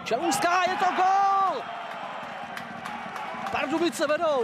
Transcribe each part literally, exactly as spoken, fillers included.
Čelůská, je to gól! Pardubice vedou.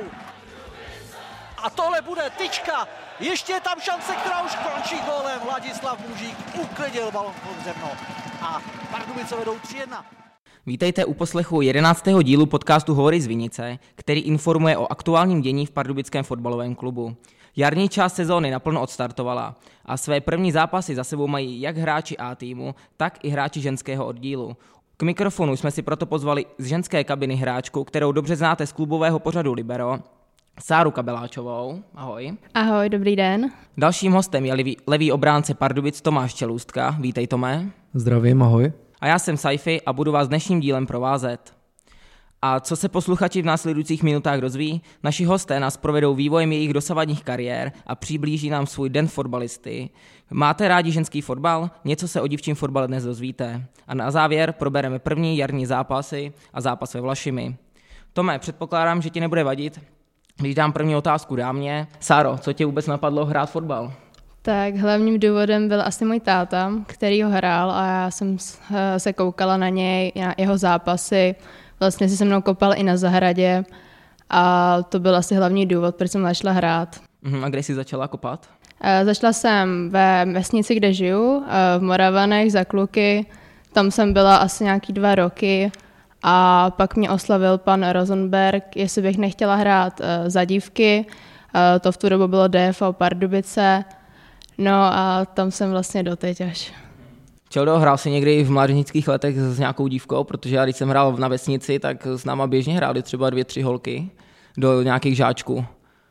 A tohle bude tyčka. Ještě je tam šance, která už končí gólem. Ladislav Mužík uklidil balon pod zemno. A Pardubice vedou tři jedna. Vítejte u poslechu jedenáctého dílu podcastu Hovory z Vinice, který informuje o aktuálním dění v pardubickém fotbalovém klubu. Jarní část sezóny naplno odstartovala a své první zápasy za sebou mají jak hráči A týmu, tak i hráči ženského oddílu. K mikrofonu jsme si proto pozvali z ženské kabiny hráčku, kterou dobře znáte z klubového pořadu Libero, Sáru Kabeláčovou. Ahoj. Ahoj, dobrý den. Dalším hostem je levý, levý obránce Pardubic Tomáš Čelůstka. Vítej, Tome. Zdravím, ahoj. A já jsem Saifi a budu vás dnešním dílem provázet. A co se posluchači v následujících minutách dozví, naši hosté nás provedou vývojem jejich dosavadních kariér a přiblíží nám svůj den fotbalisty. Máte rádi ženský fotbal? Něco se o dívčím fotbale dnes dozvíte. A na závěr probereme první jarní zápasy a zápas ve Vlašimi. Tome, předpokládám, že ti nebude vadit, když dám první otázku dámě. Sáro, co tě vůbec napadlo hrát fotbal? Tak hlavním důvodem byl asi můj táta, který ho hrál a já jsem se koukala na něj, na jeho zápasy. Vlastně si se mnou kopal i na zahradě a to byl asi hlavní důvod, proč jsem začala hrát. A kde jsi začala kopat? Začala jsem ve vesnici, kde žiju, v Moravanech za Kluky. Tam jsem byla asi nějaký dva roky a pak mě oslavil pan Rosenberg, jestli bych nechtěla hrát za dívky. To v tu dobu bylo D F O Pardubice. No a tam jsem vlastně doteď až. Čeldo, hrál jsi někdy v mládežnických letech s nějakou dívkou, protože já když jsem hrál na vesnici, tak s náma běžně hráli třeba dvě, tři holky do nějakých žáčků.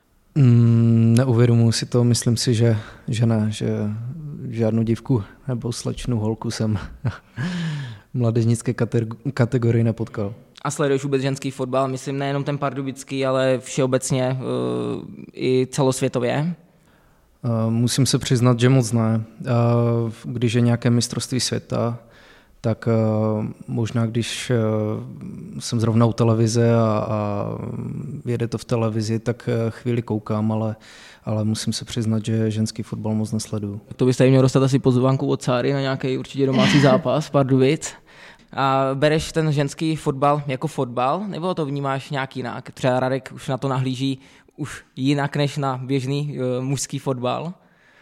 Mm, neuvědomuji si to, myslím si, že, že ne, že žádnou dívku nebo slečnou holku jsem mládežnické kategorii nepotkal. A sleduješ vůbec ženský fotbal, myslím nejenom ten pardubický, ale všeobecně uh, i celosvětově? Uh, musím se přiznat, že moc ne. Uh, když je nějaké mistrovství světa, tak uh, možná když uh, jsem zrovna u televize a, a jede to v televizi, tak uh, chvíli koukám, ale, ale musím se přiznat, že ženský fotbal moc nesleduju. To byste jim měl dostat asi pozvánku od Sáry na nějaký určitě domácí zápas Pardubic. A bereš ten ženský fotbal jako fotbal, nebo to vnímáš nějak jinak? Třeba Radek už na to nahlíží už jinak než na běžný uh, mužský fotbal?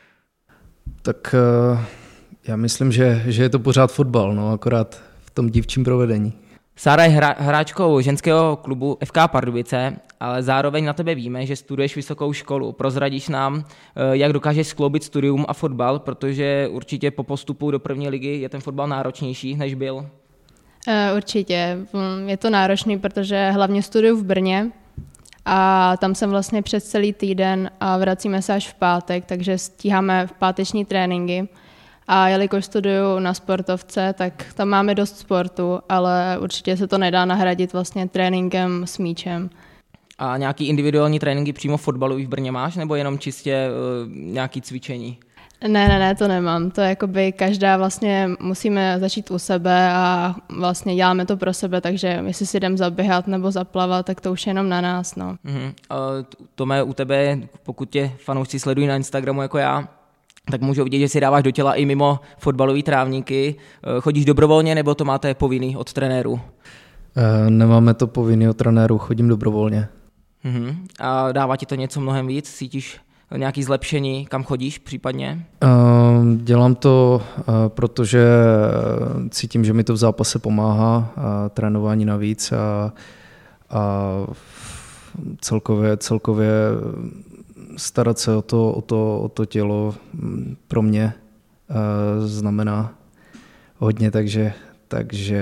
Tak uh, já myslím, že, že je to pořád fotbal, no, akorát v tom dívčím provedení. Sára je hra, hráčkou ženského klubu F K Pardubice, ale zároveň na tebe víme, že studuješ vysokou školu. Prozradíš nám, uh, jak dokážeš skloubit studium a fotbal, protože určitě po postupu do první ligy je ten fotbal náročnější, než byl? Uh, určitě. Je to náročný, protože hlavně studuju v Brně, a tam jsem vlastně přes celý týden a vracíme se až v pátek, takže stíháme v páteční tréninky. A jelikož studuju na sportovce, tak tam máme dost sportu, ale určitě se to nedá nahradit vlastně tréninkem s míčem. A nějaký individuální tréninky přímo v fotbalu i v Brně máš, nebo jenom čistě uh, nějaký cvičení? Ne, ne, ne, to nemám. To jakoby každá vlastně musíme začít u sebe a vlastně děláme to pro sebe, takže jestli si jdem zaběhat nebo zaplavat, tak to už je jenom na nás, no. Uh-huh. Uh, Tome, u tebe, pokud tě fanoušci sledují na Instagramu jako já, tak můžou vidět, že si dáváš do těla i mimo fotbalové trávníky. Uh, chodíš dobrovolně, nebo to máte povinný od trenérů? Uh, nemáme to povinný od trenérů, chodím dobrovolně. Uh-huh. A dává ti to něco mnohem víc? Cítíš nějaké zlepšení, kam chodíš případně? Uh, dělám to, uh, protože cítím, že mi to v zápase pomáhá, uh, trénování navíc a, a celkově, celkově starat se o to, o to, o to tělo pro mě uh, znamená hodně, takže, takže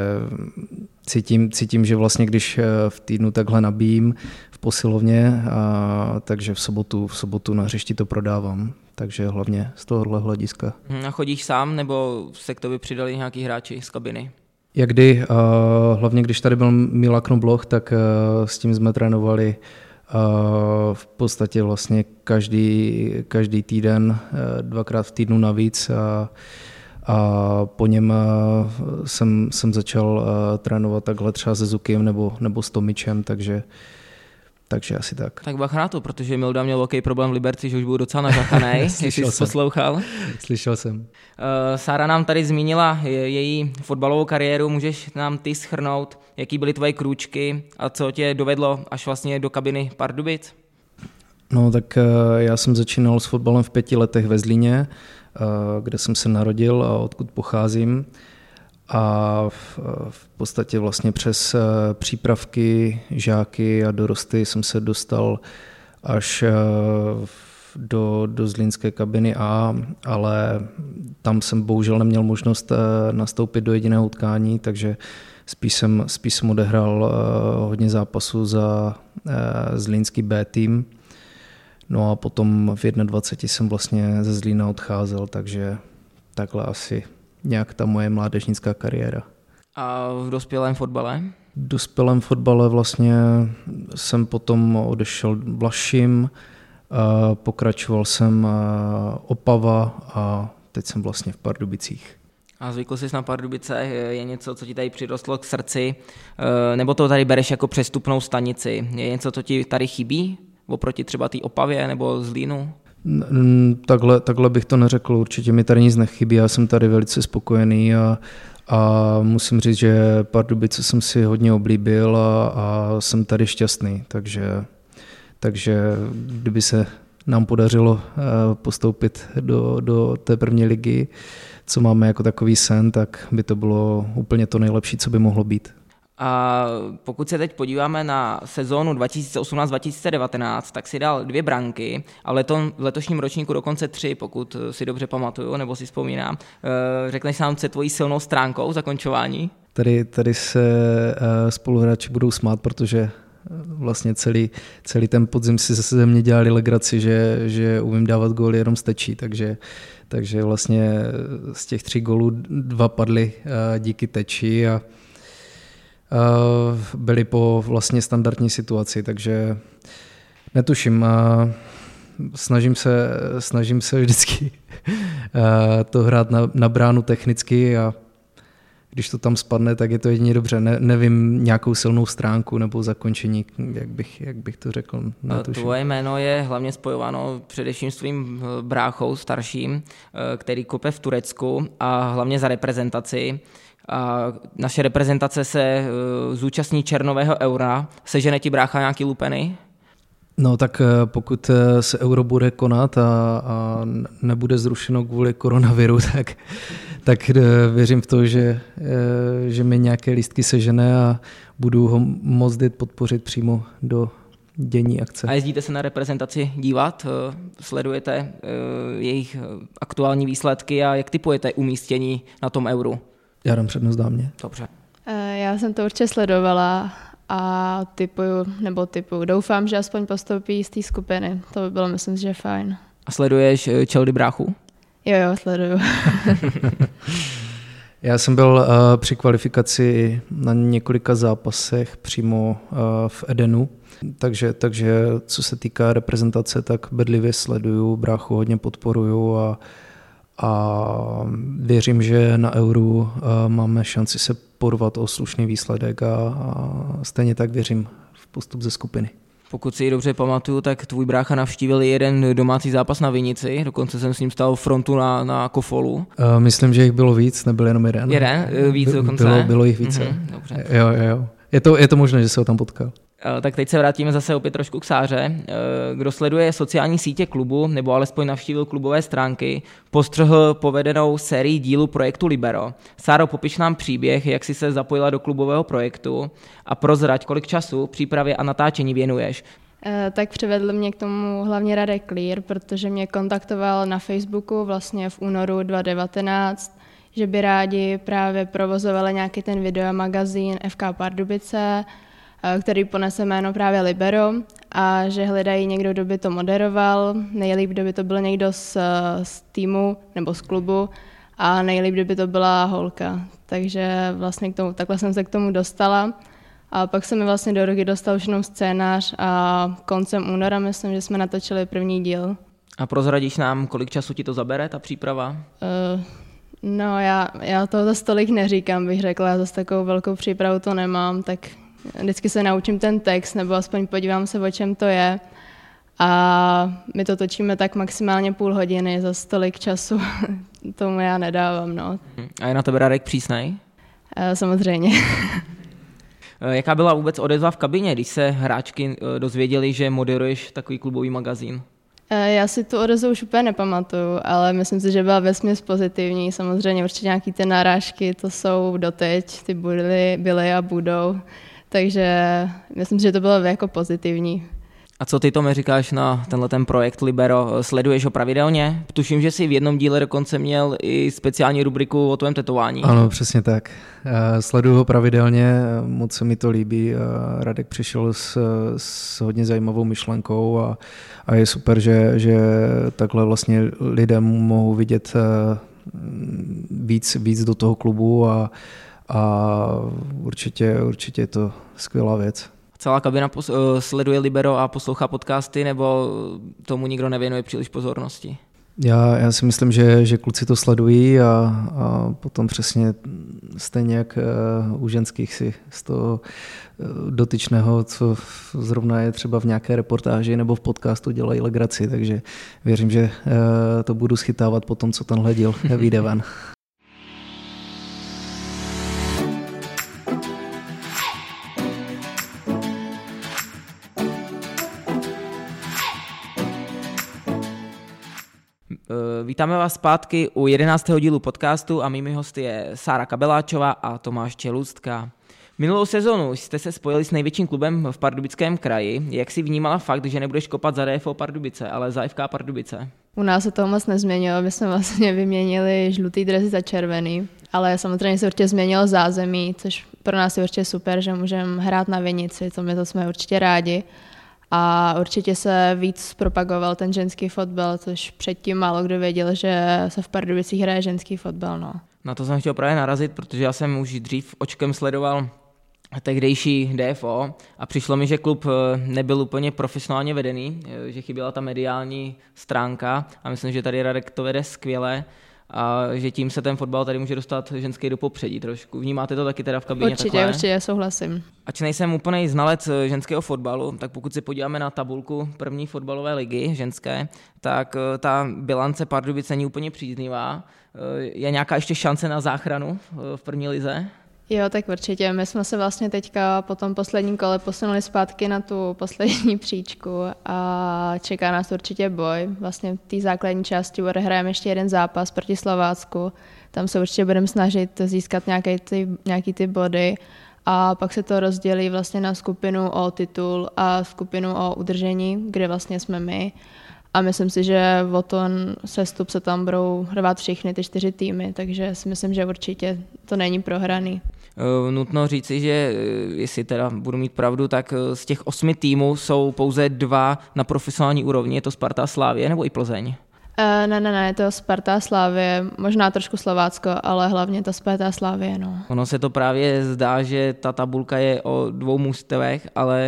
cítím, cítím, že vlastně když v týdnu takhle nabíjím v posilovně, a, takže v sobotu, v sobotu na hřišti to prodávám. Takže hlavně z tohohle hlediska. A chodíš sám, nebo se k tobě přidali nějaký hráči z kabiny? Jakdy, uh, hlavně když tady byl Mila Knobloch, tak uh, s tím jsme trénovali uh, v podstatě vlastně každý, každý týden, uh, dvakrát v týdnu navíc. A, a po něm uh, jsem, jsem začal uh, trénovat takhle třeba se Zukiem nebo, nebo s Tomičem, takže takže asi tak. Tak bacha na to, protože Milda měl velký problém v Liberci, že už byl docela nažachanej, jestli jsi poslouchal. Slyšel jsem. Uh, Sára nám tady zmínila je, její fotbalovou kariéru, můžeš nám ty shrnout, jaký byly tvoje krůčky a co tě dovedlo až vlastně do kabiny Pardubic? No tak já jsem začínal s fotbalem v pěti letech ve Zlíně, kde jsem se narodil a odkud pocházím. A v, v podstatě vlastně přes přípravky, žáky a dorosty jsem se dostal až do, do zlínské kabiny A, ale tam jsem bohužel neměl možnost nastoupit do jediného utkání, takže spíš jsem, spíš jsem odehrál hodně zápasů za zlínský B tým. No a potom v dvaceti jedné jsem vlastně ze Zlína odcházel, takže takhle asi nějak ta moje mládežnická kariéra. A v dospělém fotbale? V dospělém fotbale vlastně jsem potom odešel Vlašim, pokračoval jsem Opava a teď jsem vlastně v Pardubicích. A zvykl jsi na Pardubice, je něco, co ti tady přirostlo k srdci, nebo to tady bereš jako přestupnou stanici? Je něco, co ti tady chybí oproti třeba té Opavě nebo Zlínu? Takhle, takhle bych to neřekl, určitě mi tady nic nechybí, já jsem tady velice spokojený a, a musím říct, že Pardubice jsem si hodně oblíbil a, a jsem tady šťastný, takže, takže kdyby se nám podařilo postoupit do, do té první ligy, co máme jako takový sen, tak by to bylo úplně to nejlepší, co by mohlo být. A pokud se teď podíváme na sezónu dva tisíce osmnáct dva tisíce devatenáct, tak si dal dvě branky a leto, v letošním ročníku dokonce tři, pokud si dobře pamatuju, nebo si vzpomínám. Řekneš nám, co je tvojí silnou stránkou zakončování? Tady, tady se spoluhráči budou smát, protože vlastně celý, celý ten podzim si zase ze mě dělali legraci, že, že umím dávat góly jenom stečí, takže, takže vlastně z těch tří gólů dva padly díky teči a byli po vlastně standardní situaci, takže netuším. Snažím se, snažím se vždycky to hrát na, na bránu technicky a když to tam spadne, tak je to jedině dobře. Ne, nevím nějakou silnou stránku nebo zakončení, jak bych, jak bych to řekl. Netuším. Tvoje jméno je hlavně spojováno především s tvým bráchou starším, který kope v Turecku a hlavně za reprezentaci. A naše reprezentace se uh, zúčastní červnového eura. Sežene ti brácha nějaký lupeny? No tak pokud se euro bude konat a, a nebude zrušeno kvůli koronaviru, tak, tak věřím v to, že, že mi nějaké lístky sežene a budu ho moct jít podpořit přímo do denní akce. A jezdíte se na reprezentaci dívat? Sledujete jejich aktuální výsledky a jak tipujete umístění na tom euru? Já dám přednost dámě. Dobře. Já jsem to určitě sledovala a typuju, nebo typuju, doufám, že aspoň postoupí z té skupiny. To by bylo, myslím, že fajn. A sleduješ Chelsea bráchu? Jo, jo, sleduju. Já jsem byl uh, při kvalifikaci na několika zápasech přímo uh, v Edenu, takže, takže co se týká reprezentace, tak bedlivě sleduju, bráchu hodně podporuju a a věřím, že na euru uh, máme šanci se porvat o slušný výsledek a, a stejně tak věřím v postup ze skupiny. Pokud si ji dobře pamatuju, tak tvůj brácha navštívil jeden domácí zápas na Vinici, dokonce jsem s ním stál frontu na, na Kofolu. Uh, myslím, že jich bylo víc, nebyl jenom jeden. Jeden? Víc dokonce? Bylo, bylo jich více. Mm-hmm, dobře. Jo, jo, jo. Je to, je to možné, že se ho tam potkal. Tak teď se vrátíme zase opět trošku k Sáře. Kdo sleduje sociální sítě klubu, nebo alespoň navštívil klubové stránky, postřehl povedenou sérii dílu projektu Libero. Sáro, popiš nám příběh, jak jsi se zapojila do klubového projektu a prozrať, kolik času přípravě a natáčení věnuješ. Tak přivedl mě k tomu hlavně Radek Klír, protože mě kontaktoval na Facebooku vlastně v únoru dva tisíce devatenáct, že by rádi právě provozovali nějaký ten videomagazín F K Pardubice, který ponese jméno právě Libero a že hledají někdo, kdo by to moderoval, nejlíp, kdo by to byl někdo z, z týmu nebo z klubu a nejlíp, kdyby to byla holka. Takže vlastně k tomu, takhle jsem se k tomu dostala a pak se mi vlastně do ruky dostal už jenom scénář a koncem února myslím, že jsme natočili první díl. A prozradíš nám, kolik času ti to zabere, ta příprava? Uh, no já, já toho zase tolik neříkám, bych řekla, já zase takovou velkou přípravu to nemám, tak Vždycky se naučím ten text, nebo aspoň podívám se, o čem to je. A my to točíme tak maximálně půl hodiny, za tolik času tomu já nedávám. No. A je na tebe Radek přísnej? Samozřejmě. Jaká byla vůbec odezva v kabině, když se hráčky dozvěděli, že moderuješ takový klubový magazín? Já si tu odezvu už úplně nepamatuju, ale myslím si, že byla vesměs pozitivní. Samozřejmě určitě nějaký ty narážky, to jsou doteď, ty byly, byly a budou. Takže myslím si, že to bylo jako pozitivní. A co ty, Tome, říkáš na tenhle ten projekt Libero? Sleduješ ho pravidelně? Tuším, že jsi v jednom díle dokonce měl i speciální rubriku o tvém tetování. Ano, přesně tak. Sleduju ho pravidelně, moc se mi to líbí. Radek přišel s, s hodně zajímavou myšlenkou a, a je super, že, že takhle vlastně lidé mohou vidět víc, víc do toho klubu a, a určitě, určitě je to skvělá věc. Celá kabina pos- sleduje Libero a poslouchá podcasty, nebo tomu nikdo nevěnuje příliš pozornosti? Já, já si myslím, že, že kluci to sledují a, a potom přesně stejně jak uh, u ženských si z toho uh, dotyčného, co zrovna je třeba v nějaké reportáži nebo v podcastu, dělají legraci, takže věřím, že uh, to budu schytávat po tom, co tenhle díl vyjde ven. Vítáme vás zpátky u jedenáctého dílu podcastu a mými hosty je Sára Kabeláčová a Tomáš Čelůstka. Minulou sezonu jste se spojili s největším klubem v Pardubickém kraji. Jak si vnímala fakt, že nebudeš kopat za D F O Pardubice, ale za F K Pardubice? U nás se toho moc nezměnilo, my jsme vlastně vyměnili žlutý dresy za červený, ale samozřejmě se určitě změnilo zázemí, což pro nás je určitě super, že můžeme hrát na Vinici, to my to jsme určitě rádi. A určitě se víc propagoval ten ženský fotbal, což předtím málo kdo věděl, že se v Pardubicích hraje ženský fotbal. No. Na to jsem chtěl právě narazit, protože já jsem už dřív očkem sledoval tehdejší D F O a přišlo mi, že klub nebyl úplně profesionálně vedený, že chyběla ta mediální stránka a myslím, že tady Radek to vede skvěle a že tím se ten fotbal tady může dostat ženský do popředí trošku. Vnímáte to taky teda v kabině? Určitě, takhle? určitě, souhlasím. Ač nejsem úplný znalec ženského fotbalu, tak pokud se podíváme na tabulku první fotbalové ligy ženské, tak ta bilance Pardubic není úplně příznivá. Je nějaká ještě šance na záchranu v první lize? Jo, tak určitě. My jsme se vlastně teďka po tom posledním kole posunuli zpátky na tu poslední příčku a čeká nás určitě boj. Vlastně v té základní části odehrajeme ještě jeden zápas proti Slovácku. Tam se určitě budeme snažit získat nějaký ty, nějaký ty body a pak se to rozdělí vlastně na skupinu o titul a skupinu o udržení, kde vlastně jsme my. A myslím si, že o ten sestup se tam budou hrát všechny ty čtyři týmy, takže si myslím, že určitě to není prohraný. Nutno říci, že jestli teda budu mít pravdu, tak z těch osmi týmů jsou pouze dva na profesionální úrovni, je to Sparta a Slavie nebo i Plzeň? Ne, ne, ne, je to Sparta a Slavie, možná trošku Slovácko, ale hlavně to Sparta a Slavie, no. Ono se to právě zdá, že ta tabulka je o dvou mužstvech, ale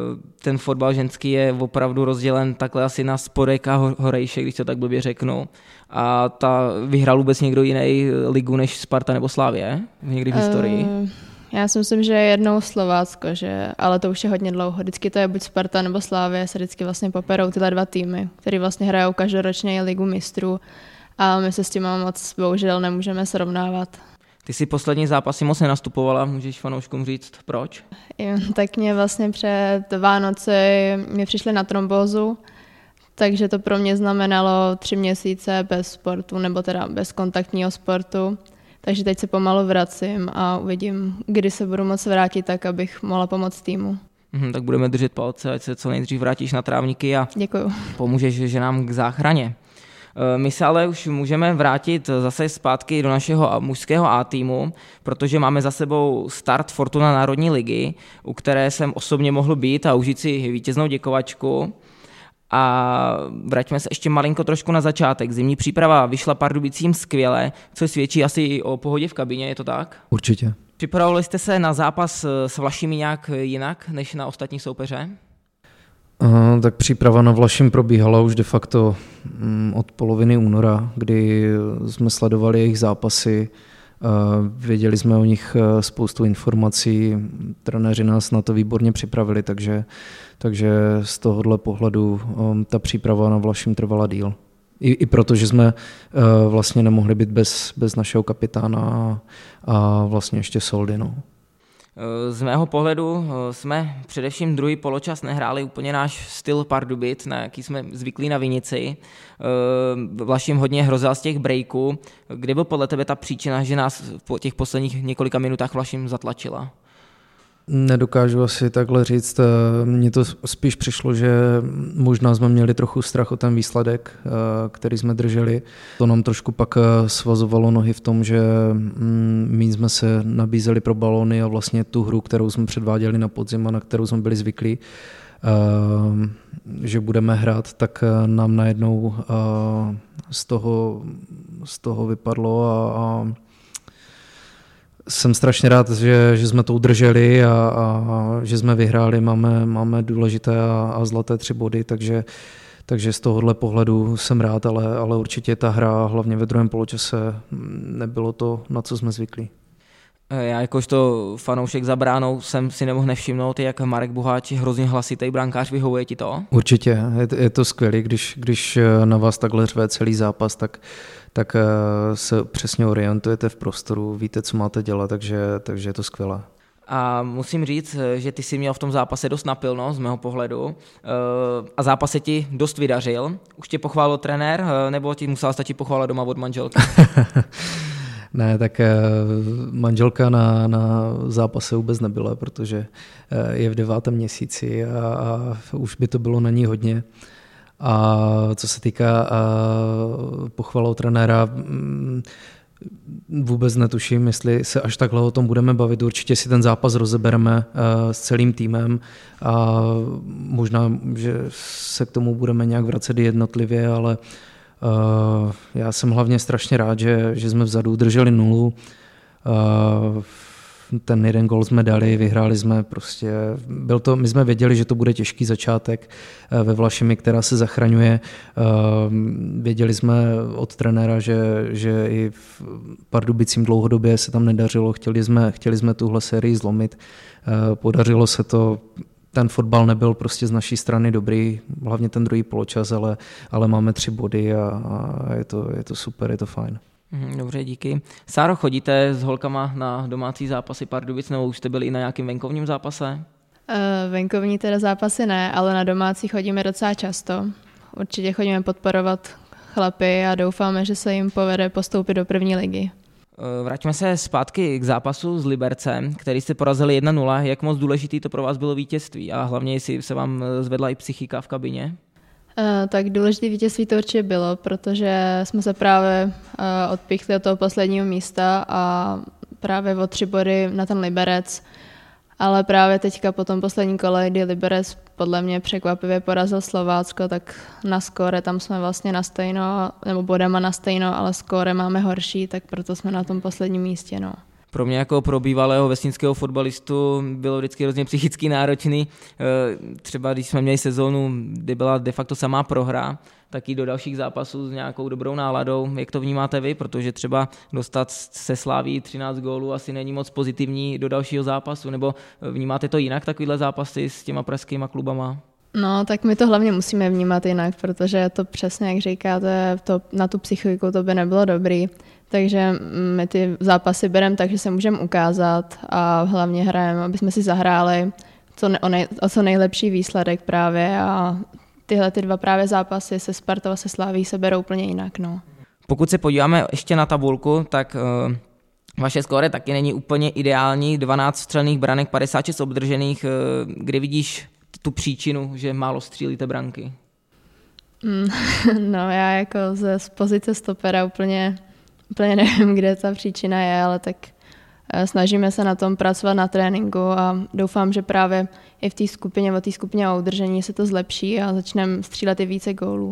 ten fotbal ženský je opravdu rozdělen takhle asi na spodek a horejšek, když to tak blbě řeknu. A ta vyhrál vůbec někdo jiný ligu než Sparta nebo Slavie někdy v historii? Uh... Já si myslím, že jednou Slovácko, že, ale to už je hodně dlouho. Vždycky to je buď Sparta nebo Slavie, se vždycky vlastně poperou tyhle dva týmy, který vlastně hrajou každoročně ligu mistrů a my se s tím moc bohužel nemůžeme srovnávat. Ty jsi poslední zápasy moc nenastupovala, můžeš fanouškům říct proč? Tak mě vlastně před Vánoci mě přišli na trombózu, takže to pro mě znamenalo tři měsíce bez sportu, nebo teda bez kontaktního sportu. Takže teď se pomalu vracím a uvidím, kdy se budu moct vrátit tak, abych mohla pomoct týmu. Mhm, tak budeme držet palce, ať se co nejdřív vrátíš na trávníky a Děkuju. Pomůžeš ženám k záchraně. My se ale už můžeme vrátit zase zpátky do našeho mužského A týmu, protože máme za sebou start Fortuna Národní ligy, u které jsem osobně mohl být a užít si vítěznou děkovačku. A vraťme se ještě malinko trošku na začátek. Zimní příprava vyšla Pardubicím skvěle, což svědčí asi i o pohodě v kabině, je to tak? Určitě. Připravovali jste se na zápas s Vlašimi nějak jinak než na ostatní soupeře? Uh, tak příprava na Vlašim probíhala už de facto um, od poloviny února, kdy jsme sledovali jejich zápasy Věděli jsme o nich spoustu informací, trenéři nás na to výborně připravili, takže, takže z tohohle pohledu ta příprava na Vlašim trvala díl. I, i proto, že jsme vlastně nemohli být bez, bez našeho kapitána a, a vlastně ještě Soldy. No. Z mého pohledu jsme především druhý poločas nehráli úplně náš styl Pardubic, na jaký jsme zvyklí na Vinici. Vlašim hodně hrozil z těch breaků. Kde byl podle tebe ta příčina, že nás po těch posledních několika minutách Vlašim zatlačila? Nedokážu asi takhle říct. Mně to spíš přišlo, že možná jsme měli trochu strach o ten výsledek, který jsme drželi. To nám trošku pak svazovalo nohy v tom, že my jsme se nabízeli pro balóny a vlastně tu hru, kterou jsme předváděli na podzim a na kterou jsme byli zvyklí, že budeme hrát, tak nám najednou z toho, z toho vypadlo a, a jsem strašně rád, že, že jsme to udrželi a, a že jsme vyhráli, máme, máme důležité a, a zlaté tři body, takže, takže z tohohle pohledu jsem rád, ale, ale určitě ta hra, hlavně ve druhém poločase, nebylo to, na co jsme zvyklí. Já jakožto fanoušek za bránou jsem si nemohl nevšimnout, jak Marek Boháč je hrozně hlasitý brankář, vyhovuje ti to? Určitě, je, je to skvělé, když, když na vás takhle řve celý zápas, tak, tak se přesně orientujete v prostoru, víte, co máte dělat, takže, takže je to skvělé. A musím říct, že ty jsi měl v tom zápase dost napilno, z mého pohledu, a zápas se ti dost vydařil. Už tě pochválil trenér, nebo ti musela stačit pochvála doma od manželky? Ne, tak manželka na, na zápase vůbec nebyla, protože je v devátém měsíci a, a už by to bylo na ní hodně. A co se týká pochvalou trenéra, vůbec netuším, jestli se až takhle o tom budeme bavit. Určitě si ten zápas rozebereme s celým týmem a možná, že se k tomu budeme nějak vracet jednotlivě, ale Uh, já jsem hlavně strašně rád, že, že jsme vzadu udrželi nulu. Uh, ten jeden gól jsme dali, vyhráli jsme prostě. Byl to, my jsme věděli, že to bude těžký začátek uh, ve Vlašimi, která se zachraňuje. Uh, věděli jsme od trenéra, že, že i v Pardubicím dlouhodobě se tam nedařilo. Chtěli jsme, chtěli jsme tuhle sérii zlomit. Uh, podařilo se to. Ten fotbal nebyl prostě z naší strany dobrý, hlavně ten druhý poločas, ale, ale máme tři body a, a je, to, je to super, je to fajn. Dobře, díky. Sáro, chodíte s holkama na domácí zápasy Pardubic, nebo už jste byli i na nějakém venkovním zápase? Uh, venkovní teda zápasy ne, ale na domácí chodíme docela často. Určitě chodíme podporovat chlapy a doufáme, že se jim povede postoupit do první ligy. Vraťme se zpátky k zápasu s Libercem, který jste porazili jedna nula. Jak moc důležitý to pro vás bylo vítězství a hlavně, jestli se vám zvedla i psychika v kabině? Uh, tak důležité vítězství to určitě bylo, protože jsme se právě uh, odpíchli od toho posledního místa a právě o tři body na ten Liberec. Ale právě teďka po tom posledním kole, kdy Liberec podle mě překvapivě porazil Slovácko, tak na skóre tam jsme vlastně na stejno, nebo bodama na stejno, ale skóre máme horší, tak proto jsme na tom posledním místě. No. Pro mě jako pro bývalého vesnického fotbalistu bylo vždycky hrozně psychicky náročný. Třeba když jsme měli sezónu, kdy byla de facto samá prohra, tak i do dalších zápasů s nějakou dobrou náladou. Jak to vnímáte vy? Protože třeba dostat se Slaví třináct gólů asi není moc pozitivní do dalšího zápasu, nebo vnímáte to jinak, takovýhle zápasy s těma pražskýma klubama? No, tak my to hlavně musíme vnímat jinak, protože to přesně, jak říkáte, to, na tu psychiku to by nebylo dobrý. Takže my ty zápasy bereme tak, že se můžeme ukázat a hlavně hrajeme, aby jsme si zahráli co ne, o, nej, o co nejlepší výsledek právě a tyhle ty dva právě zápasy se Spartou a se Slaví se berou úplně jinak. No. Pokud se podíváme ještě na tabulku, tak uh, vaše skóre taky není úplně ideální. dvanáct střelných branek, padesát šest obdržených. Uh, kde vidíš tu příčinu, že málo střílíte branky? Mm, no já jako ze z pozice stopera úplně, úplně nevím, kde ta příčina je, ale tak snažíme se na tom pracovat na tréninku a doufám, že právě i v té skupině, o té skupině o udržení se to zlepší a začneme střílet i více gólů.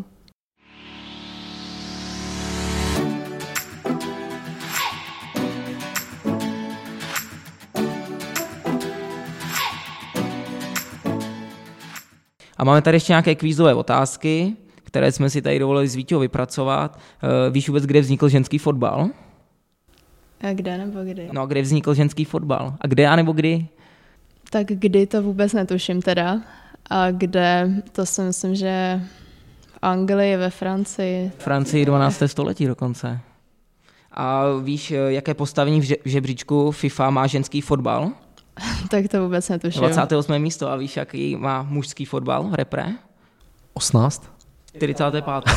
A máme tady ještě nějaké kvízové otázky, které jsme si tady dovolili s Víťou vypracovat. Víš vůbec, kde vznikl ženský fotbal? A kde nebo kdy? No a kde vznikl ženský fotbal? A kde a nebo kdy? Tak kdy to vůbec netuším teda. A kde, to si myslím, že v Anglii, ve Francii. V Francii dvanáctého století dokonce. A víš, jaké postavení v žebříčku FIFA má ženský fotbal? Tak to vůbec netuším. dvacáté osmé místo. A víš, jaký má mužský fotbal, repre? osmnáct? čtyřicáté páté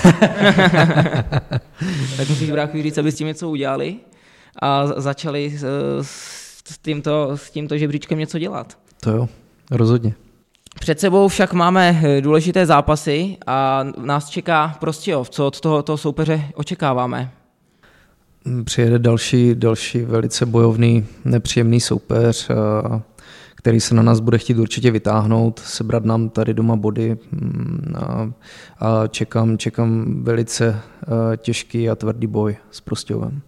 Tak musíš bráchu říct, aby s tím něco udělali a začali s, s, tímto, s tímto žebříčkem něco dělat. To jo, rozhodně. Před sebou však máme důležité zápasy a nás čeká Prostějov. Co od tohoto soupeře očekáváme? Přijede další, další velice bojovný, nepříjemný soupeř, který se na nás bude chtít určitě vytáhnout, sebrat nám tady doma body a, a čekám, čekám velice těžký a tvrdý boj s Prostějovem.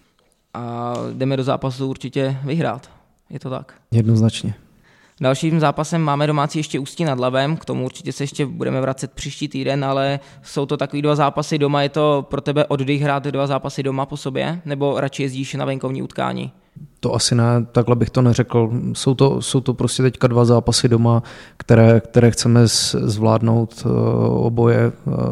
A jdeme do zápasu určitě vyhrát, je to tak? Jednoznačně. Dalším zápasem máme domácí ještě Ústí nad Labem, k tomu určitě se ještě budeme vracet příští týden, ale jsou to takový dva zápasy doma, je to pro tebe oddych hrát dva zápasy doma po sobě, nebo radši jezdíš na venkovní utkání? To asi ne, takhle bych to neřekl. Jsou to, jsou to prostě teďka dva zápasy doma, které, které chceme zvládnout oboje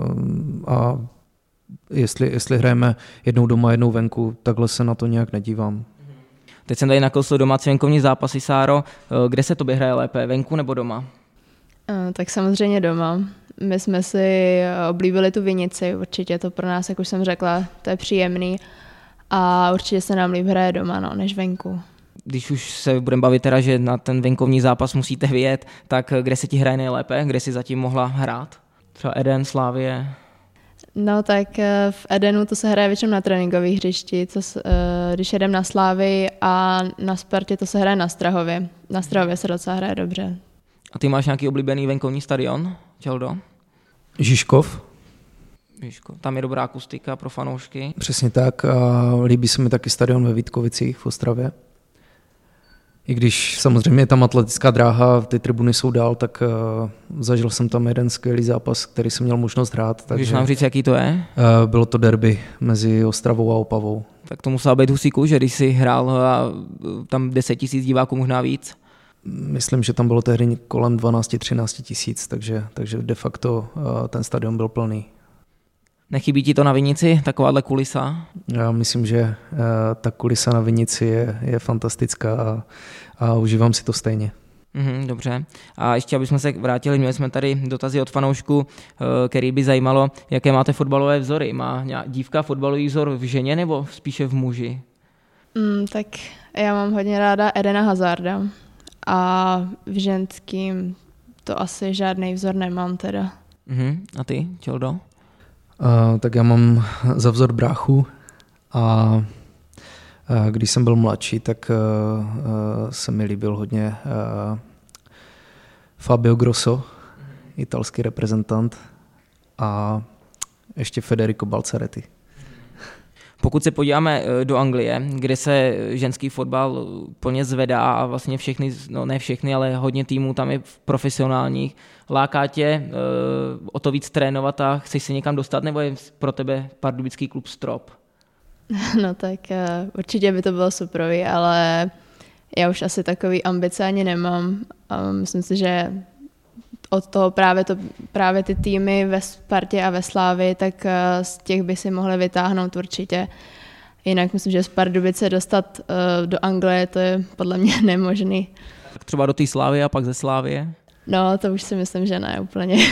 a jestli, jestli hrajeme jednou doma, jednou venku, takhle se na to nějak nedívám. Teď jsem tady nakousl domácí venkovní zápasy, Sáro. Kde se tobě hraje lépe, venku nebo doma? Tak samozřejmě doma. My jsme si oblíbili tu Vinici, určitě to pro nás, jak už jsem řekla, to je příjemný a určitě se nám líp hraje doma, no, než venku. Když už se budeme bavit teda, že na ten venkovní zápas musíte vyjet, tak kde se ti hraje nejlépe? Kde jsi zatím mohla hrát? Třeba Eden, Slavie? No tak v Edenu to se hraje většinou na tréninkových hřišti, co, když jedem na Slávii a na Spartě to se hraje na Strahově. Na Strahově se docela hraje dobře. A ty máš nějaký oblíbený venkovní stadion, Čeldo? Žižkov. Žižkov. Tam je dobrá akustika pro fanoušky. Přesně tak a líbí se mi taky stadion ve Vítkovicích v Ostravě. I když samozřejmě je tam atletická dráha, ty tribuny jsou dál, tak uh, zažil jsem tam jeden skvělý zápas, který jsem měl možnost hrát. Takže, můžeš nám říct, jaký to je? Uh, bylo to derby mezi Ostravou a Opavou. Tak to musela být husí kůže, když jsi hrál a tam deset tisíc diváků, možná víc. Myslím, že tam bylo tehdy kolem dvanáct třináct tisíc, takže, takže de facto uh, ten stadion byl plný. Nechybí ti to na Vinici, takováhle kulisa? Já myslím, že uh, ta kulisa na Vinici je, je fantastická a, a užívám si to stejně. Mm, dobře. A ještě, abychom se vrátili, měli jsme tady dotazy od fanoušku, uh, který by zajímalo, jaké máte fotbalové vzory. Má dívka fotbalový vzor v ženě nebo spíše v muži? Mm, tak já mám hodně ráda Edena Hazarda a v ženským to asi žádný vzor nemám teda. Mm, a ty, Čeldo? Uh, tak já mám za vzor bráchu a uh, když jsem byl mladší, tak uh, uh, se mi líbil hodně uh, Fabio Grosso, italský reprezentant a ještě Federico Balzaretti. Pokud se podíváme do Anglie, kde se ženský fotbal plně zvedá a vlastně všechny, no ne všechny, ale hodně týmů tam je profesionálních, láká tě uh, o to víc trénovat a chceš se někam dostat, nebo je pro tebe pardubický klub strop? No tak uh, určitě by to bylo super, ale já už asi takový ambice ani nemám. A myslím si, že od toho právě, to, právě ty týmy ve Spartě a ve Slávii, tak uh, z těch by si mohli vytáhnout určitě. Jinak myslím, že z Pardubice dostat uh, do Anglie, to je podle mě nemožný. Tak třeba do té Slávy a pak ze Slávie? No, to už si myslím, že ne úplně.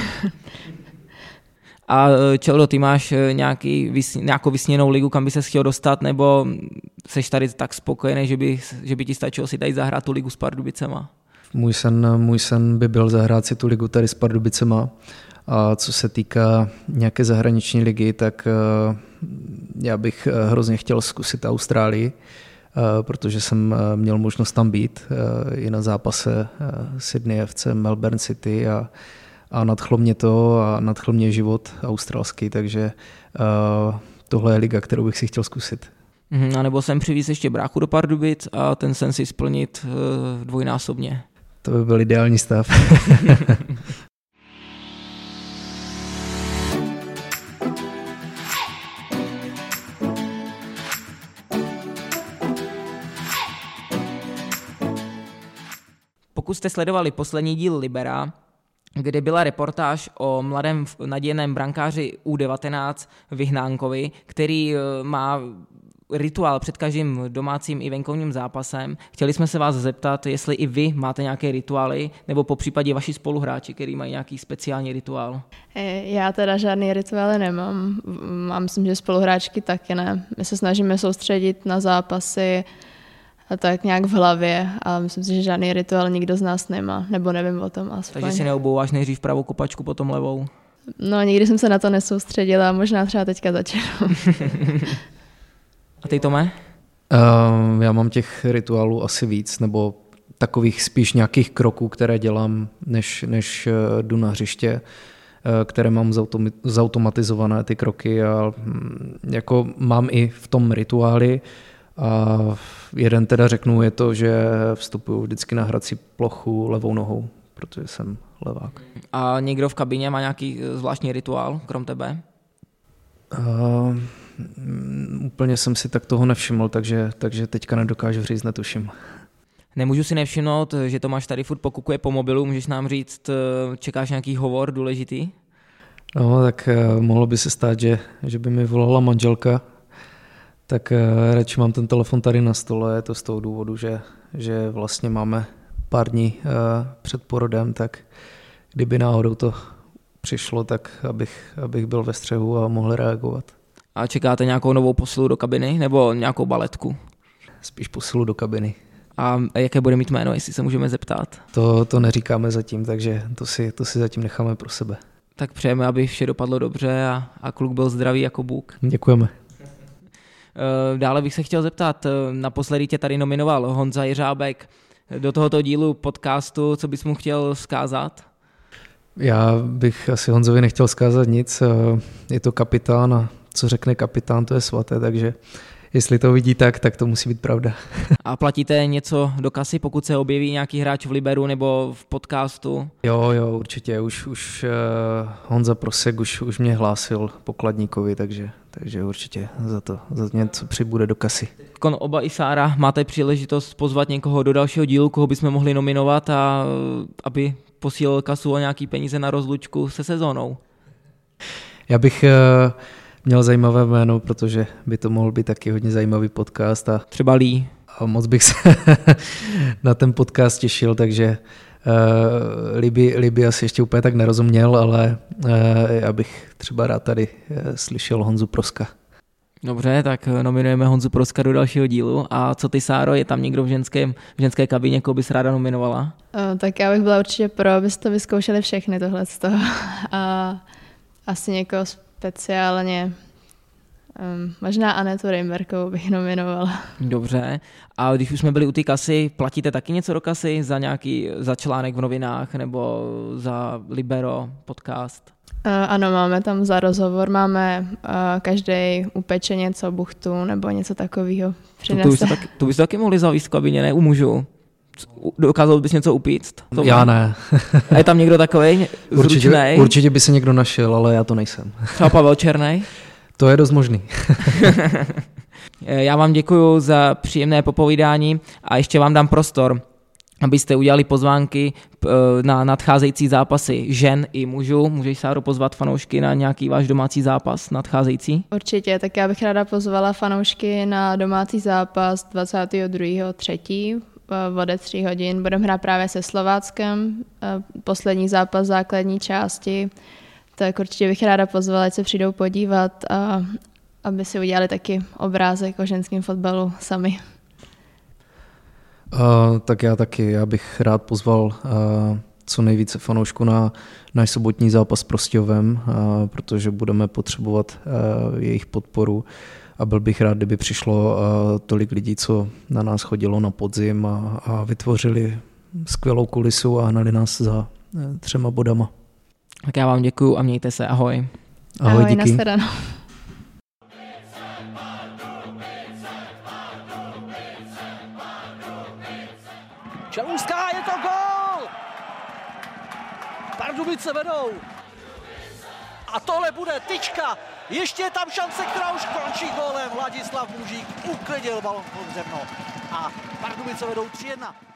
A Čeldo, ty máš nějaký, nějakou vysněnou ligu, kam by ses chtěl dostat, nebo seš tady tak spokojený, že by, že by ti stačilo si tady zahrát tu ligu s Pardubicema? Můj sen, můj sen by byl zahrát si tu ligu tady s Pardubicema. A co se týká nějaké zahraniční ligy, tak já bych hrozně chtěl zkusit Austrálii, protože jsem měl možnost tam být i na zápase Sydney F C, Melbourne City a, a nadchlo mě to a nadchl mě život australský, takže tohle je liga, kterou bych si chtěl zkusit. A nebo sem přivíz ještě bráchu do Pardubic a ten sen si splnit dvojnásobně. To by byl ideální stav. Pokud jste sledovali poslední díl Libera, kde byla reportáž o mladém nadějném brankáři U devatenáct Vyhnánkovi, který má rituál před každým domácím i venkovním zápasem. Chtěli jsme se vás zeptat, jestli i vy máte nějaké rituály, nebo po případě vaši spoluhráči, který mají nějaký speciální rituál. Já teda žádný rituály nemám. A myslím, že spoluhráčky taky ne. My se snažíme soustředit na zápasy a tak nějak v hlavě, ale myslím si, že žádný rituál nikdo z nás nemá, nebo nevím o tom aspoň. Takže si neobouváš nejdřív pravou kopačku, potom levou? No, nikdy jsem se na to nesoustředila, možná třeba teďka začnu. A ty, Tome? Uh, já mám těch rituálů asi víc, nebo takových spíš nějakých kroků, které dělám, než, než uh, jdu na hřiště, uh, které mám zautom- zautomatizované ty kroky a um, jako mám i v tom rituály. A jeden teda řeknu je to, že vstupuju vždycky na hrací plochu levou nohou, protože jsem levák. A někdo v kabině má nějaký zvláštní rituál, krom tebe? Uh, úplně jsem si tak toho nevšiml, takže, takže teďka nedokážu říct, netuším. Nemůžu si nevšimnout, že Tomáš tady furt pokukuje po mobilu, můžeš nám říct, čekáš nějaký hovor důležitý? No, tak uh, mohlo by se stát, že, že by mi volala manželka, tak uh, radši mám ten telefon tady na stole, je to z toho důvodu, že, že vlastně máme pár dní uh, před porodem, tak kdyby náhodou to přišlo, tak abych, abych byl ve střehu a mohl reagovat. A čekáte nějakou novou posilu do kabiny nebo nějakou baletku? Spíš posilu do kabiny. A jaké bude mít jméno, jestli se můžeme zeptat? To, to neříkáme zatím, takže to si, to si zatím necháme pro sebe. Tak přejeme, aby vše dopadlo dobře a, a kluk byl zdravý jako Bůh. Děkujeme. Dále bych se chtěl zeptat, naposledy tě tady nominoval Honza Jeřábek do tohoto dílu podcastu, co bys mu chtěl vzkázat? Já bych asi Honzovi nechtěl vzkázat nic, je to kapitán a co řekne kapitán, to je svaté, takže jestli to vidí tak, tak to musí být pravda. A platíte něco do kasy, pokud se objeví nějaký hráč v Liberu nebo v podcastu? Jo, jo, určitě, už, už uh, Honza Prosek už, už mě hlásil pokladníkovi, takže, takže určitě za to, za to něco přibude do kasy. Kon oba i Sára, máte příležitost pozvat někoho do dalšího dílu, koho bychom mohli nominovat, a aby posílil kasu a nějaký peníze na rozlučku se sezónou? Já bych uh, měl zajímavé jméno, protože by to mohl být taky hodně zajímavý podcast. A, třeba Lee. A moc bych se na ten podcast těšil, takže uh, Liby, Liby asi ještě úplně tak nerozuměl, ale uh, já bych třeba rád tady uh, slyšel Honzu Proska. Dobře, tak nominujeme Honzu Proska do dalšího dílu. A co ty, Sáro, je tam někdo v, ženském, v ženské kabině, koho bys ráda nominovala? Uh, tak já bych byla určitě pro, abyste vyzkoušeli všechny tohle z toho. A asi někoho speciálně, um, možná Anetu Reimberkovou bych nominovala. Dobře. A když už jsme byli u té kasy, platíte taky něco do kasy za nějaký, za článek v novinách nebo za Libero podcast? Uh, ano, máme tam za rozhovor, máme uh, každý upeče něco, buchtu nebo něco takového. To, to, byste taky, to byste taky mohli zavíst v kabině, ne? U mužů. Dokázal bys něco upíct? To já ne. A je tam někdo takovej určitě, zručnej? Určitě by se někdo našel, ale já to nejsem. Třeba Pavel Černej? To je dost možný. Já vám děkuju za příjemné popovídání a ještě vám dám prostor, abyste udělali pozvánky na nadcházející zápasy žen i mužů. Můžeš, Sáro, pozvat fanoušky na nějaký váš domácí zápas nadcházející? Určitě, tak já bych ráda pozvala fanoušky na domácí zápas dvacátého druhého třetího ode tří hodin. Budeme hrát právě se Slováckem, poslední zápas základní části, tak určitě bych ráda pozvala, ať se přijdou podívat a aby si udělali taky obrázek o ženském fotbalu sami. Uh, tak já taky, já bych rád pozval uh, co nejvíce fanoušků na náš sobotní zápas s Prostějovem, uh, protože budeme potřebovat uh, jejich podporu a byl bych rád, kdyby přišlo uh, tolik lidí, co na nás chodilo na podzim a, a vytvořili skvělou kulisu a hnali nás za uh, třema bodama. Tak já vám děkuju a mějte se, ahoj. Ahoj, ahoj, díky. Nashledanou. Čelůská, je to gól! Pardubice vedou. A tohle bude tyčka. Ještě je tam šance, která už končí gólem. Ladislav Mužík uklidil balon pod zemno. A Pardubice vedou tři jedna.